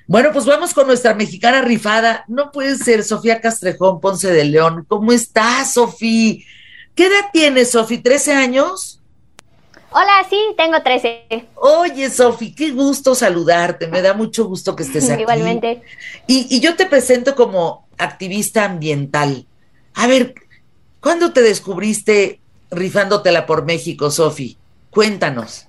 Bueno, pues vamos con nuestra mexicana rifada. No puede ser, Sofía Castrejón Ponce de León. ¿Cómo estás, Sofía? ¿Qué edad tienes, Sofía? ¿13 años? Hola, sí, tengo 13. Oye, Sofía, qué gusto saludarte. Me da mucho gusto que estés aquí. Igualmente. Y yo te presento como activista ambiental. A ver, ¿cuándo te descubriste rifándotela por México, Sofía? Cuéntanos.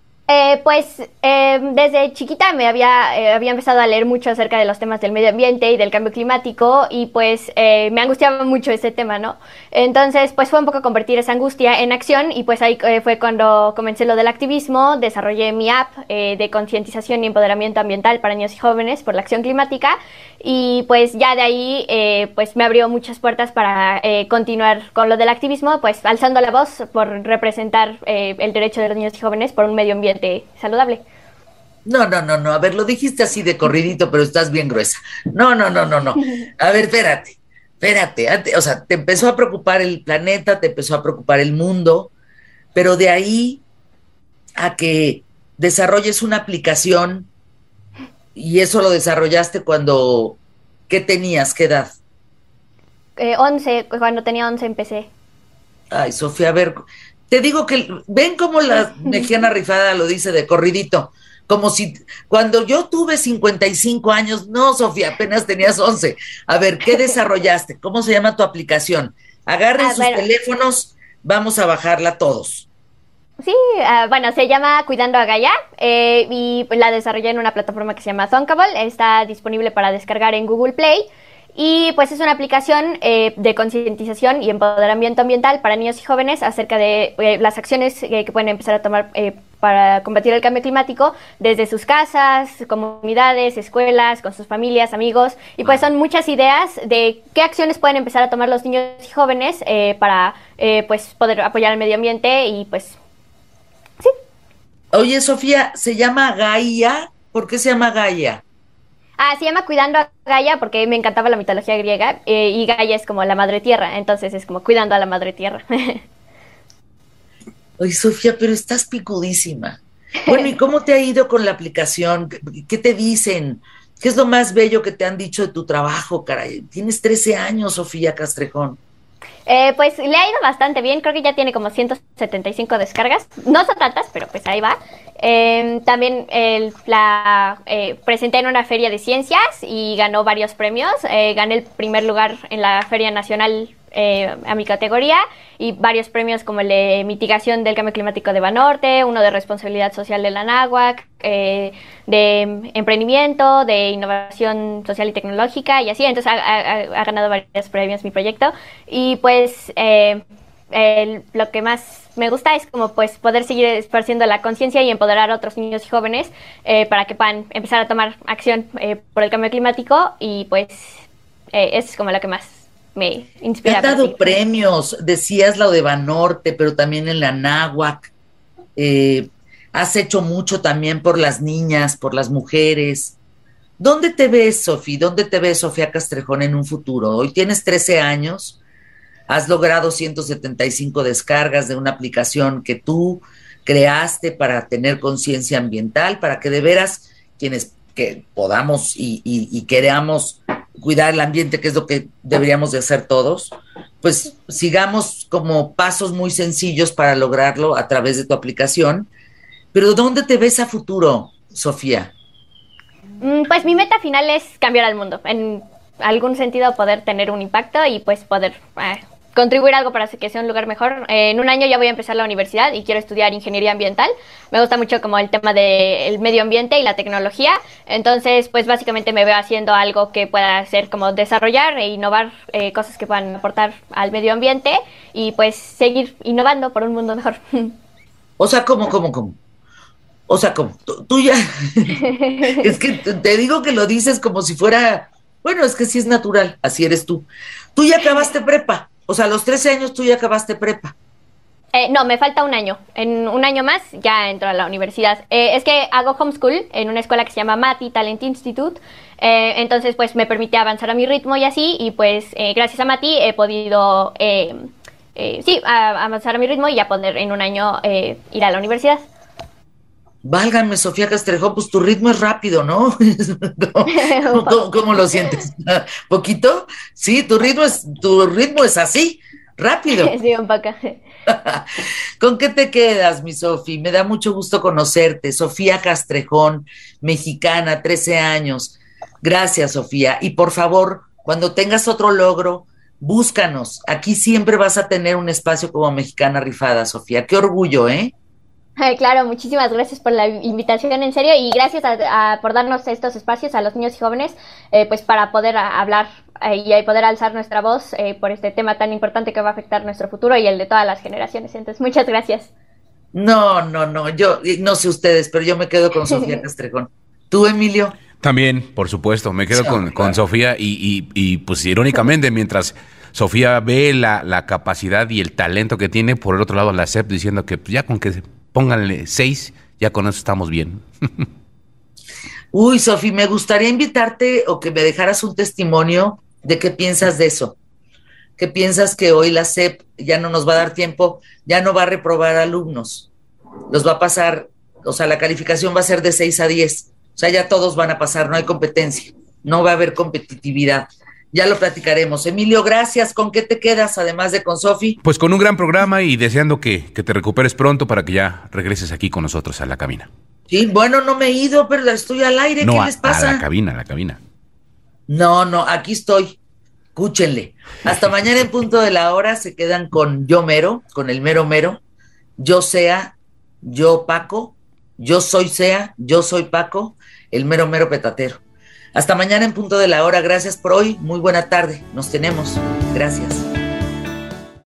Desde chiquita había empezado a leer mucho acerca de los temas del medio ambiente y del cambio climático y me angustiaba mucho ese tema, ¿no? Entonces pues fue un poco convertir esa angustia en acción y pues ahí fue cuando comencé lo del activismo, desarrollé mi app de concientización y empoderamiento ambiental para niños y jóvenes por la acción climática y pues ya de ahí pues me abrió muchas puertas para continuar con lo del activismo, pues alzando la voz por representar el derecho de los niños y jóvenes por un medio ambiente saludable. No, no, no, no. A ver, lo dijiste así de corridito, pero estás bien gruesa. No, no, no, no, no. A ver, espérate, espérate. O sea, te empezó a preocupar el planeta, te empezó a preocupar el mundo, pero de ahí a que desarrolles una aplicación y eso lo desarrollaste cuando, ¿qué tenías? ¿Qué edad? 11, cuando tenía 11 empecé. Ay, Sofía, a ver, te digo que, ven cómo la mexicana rifada lo dice de corridito, como si cuando yo tuve 55 años, no, Sofía, apenas tenías 11. A ver, ¿qué desarrollaste? ¿Cómo se llama tu aplicación? Agarren Ah, sus bueno, teléfonos, vamos a bajarla todos. sí, bueno, se llama Cuidando a Gaia y pues, la desarrollé en una plataforma que se llama Thunkable. Está disponible para descargar en Google Play y pues es una aplicación de concientización y empoderamiento ambiental para niños y jóvenes acerca de las acciones que pueden empezar a tomar para combatir el cambio climático desde sus casas, comunidades, escuelas, con sus familias, amigos. Y pues son muchas ideas de qué acciones pueden empezar a tomar los niños y jóvenes para pues poder apoyar el medio ambiente y pues sí. Oye, Sofía, ¿se llama Gaia? ¿Por qué se llama Gaia? Se llama Cuidando a Gaia porque me encantaba la mitología griega y Gaia es como la madre tierra, entonces es como cuidando a la madre tierra. Oye, Sofía, pero estás picudísima. Bueno, ¿y cómo te ha ido con la aplicación? ¿Qué te dicen? ¿Qué es lo más bello que te han dicho de tu trabajo, caray? Tienes 13 años, Sofía Castrejón. Pues le ha ido bastante bien, creo que ya tiene como 175 descargas, no son tantas, pero pues ahí va. También la presenté en una feria de ciencias y ganó varios premios. Gané el primer lugar en la Feria Nacional a mi categoría y varios premios como el de mitigación del cambio climático de Banorte, uno de responsabilidad social de la Náhuac, de emprendimiento, de innovación social y tecnológica y así. Entonces ha ganado varios premios mi proyecto y pues lo que más me gusta es como pues poder seguir esparciendo la conciencia y empoderar a otros niños y jóvenes para que puedan empezar a tomar acción por el cambio climático y pues eso es como lo que más me Te han inspira para dado seguir. premios, decías lo de Banorte, pero también en la Náhuac. Eh, Has hecho mucho también por las niñas, por las mujeres. ¿Dónde te ves, Sofía? ¿Dónde te ves, Sofía Castrejón, en un futuro? Hoy tienes 13 años, has logrado 175 descargas de una aplicación que tú creaste para tener conciencia ambiental, para que de veras quienes que podamos y queramos cuidar el ambiente, que es lo que deberíamos de hacer todos, pues sigamos como pasos muy sencillos para lograrlo a través de tu aplicación. Pero ¿dónde te ves a futuro, Sofía? Pues mi meta final es cambiar al mundo, en algún sentido poder tener un impacto y pues poder contribuir algo para que sea un lugar mejor. En un año ya voy a empezar la universidad y quiero estudiar ingeniería ambiental. Me gusta mucho como el tema del medio ambiente y la tecnología. Entonces, pues básicamente me veo haciendo algo que pueda ser como desarrollar e innovar cosas que puedan aportar al medio ambiente y pues seguir innovando por un mundo mejor. O sea, ¿cómo? O sea, ¿cómo? Tú ya, es que te digo que lo dices como si fuera, bueno, es que sí es natural, así eres tú. Tú ya acabaste prepa, o sea, a los 13 años tú ya acabaste prepa. No, me falta un año. En un año más ya entro a la universidad. Es que hago homeschool en una escuela que se llama Mati Talent Institute. Entonces, pues me permite avanzar a mi ritmo y así. Y pues gracias a Mati he podido, sí, avanzar a mi ritmo y ya poder en un año ir a la universidad. Válgame, Sofía Castrejón, pues tu ritmo es rápido, ¿no? ¿Cómo lo sientes? ¿Poquito? Sí, tu ritmo es así, rápido. Sí, un poco. ¿Con qué te quedas, mi Sofi? Me da mucho gusto conocerte. Sofía Castrejón, mexicana, 13 años. Gracias, Sofía. Y por favor, cuando tengas otro logro, búscanos. Aquí siempre vas a tener un espacio como mexicana rifada, Sofía. Qué orgullo, ¿eh? Ay, claro, muchísimas gracias por la invitación, en serio, y gracias por darnos estos espacios a los niños y jóvenes, pues para poder hablar y poder alzar nuestra voz por este tema tan importante que va a afectar nuestro futuro y el de todas las generaciones. Entonces, muchas gracias. No, no, no. Yo no sé ustedes, pero yo me quedo con Sofía Castrejón. ¿Tú, Emilio? También, por supuesto, me quedo con Sofía y, pues irónicamente, mientras Sofía ve la capacidad y el talento que tiene, por el otro lado la SEP diciendo que pues, ya con que pónganle 6, ya con eso estamos bien. Uy, Sofi, me gustaría invitarte o que me dejaras un testimonio de qué piensas de eso. ¿Qué piensas que hoy la SEP ya no nos va a dar tiempo, ya no va a reprobar alumnos? Los va a pasar, o sea, la calificación va a ser de 6 a 10. O sea, ya todos van a pasar, no hay competencia, no va a haber competitividad. Ya lo platicaremos. Emilio, gracias. ¿Con qué te quedas, además de con Sofi? Pues con un gran programa y deseando que te recuperes pronto para que ya regreses aquí con nosotros a la cabina. Sí, bueno, no me he ido, pero estoy al aire. No, ¿Qué les pasa? a la cabina, a la cabina. No, no, aquí estoy. Escúchenle. Hasta mañana en punto de la hora se quedan con Yo Mero, con el mero mero. Yo Sea, yo Paco, yo soy Sea, yo soy Paco, el mero mero petatero. Hasta mañana en punto de la hora. Gracias por hoy. Muy buena tarde. Nos tenemos. Gracias.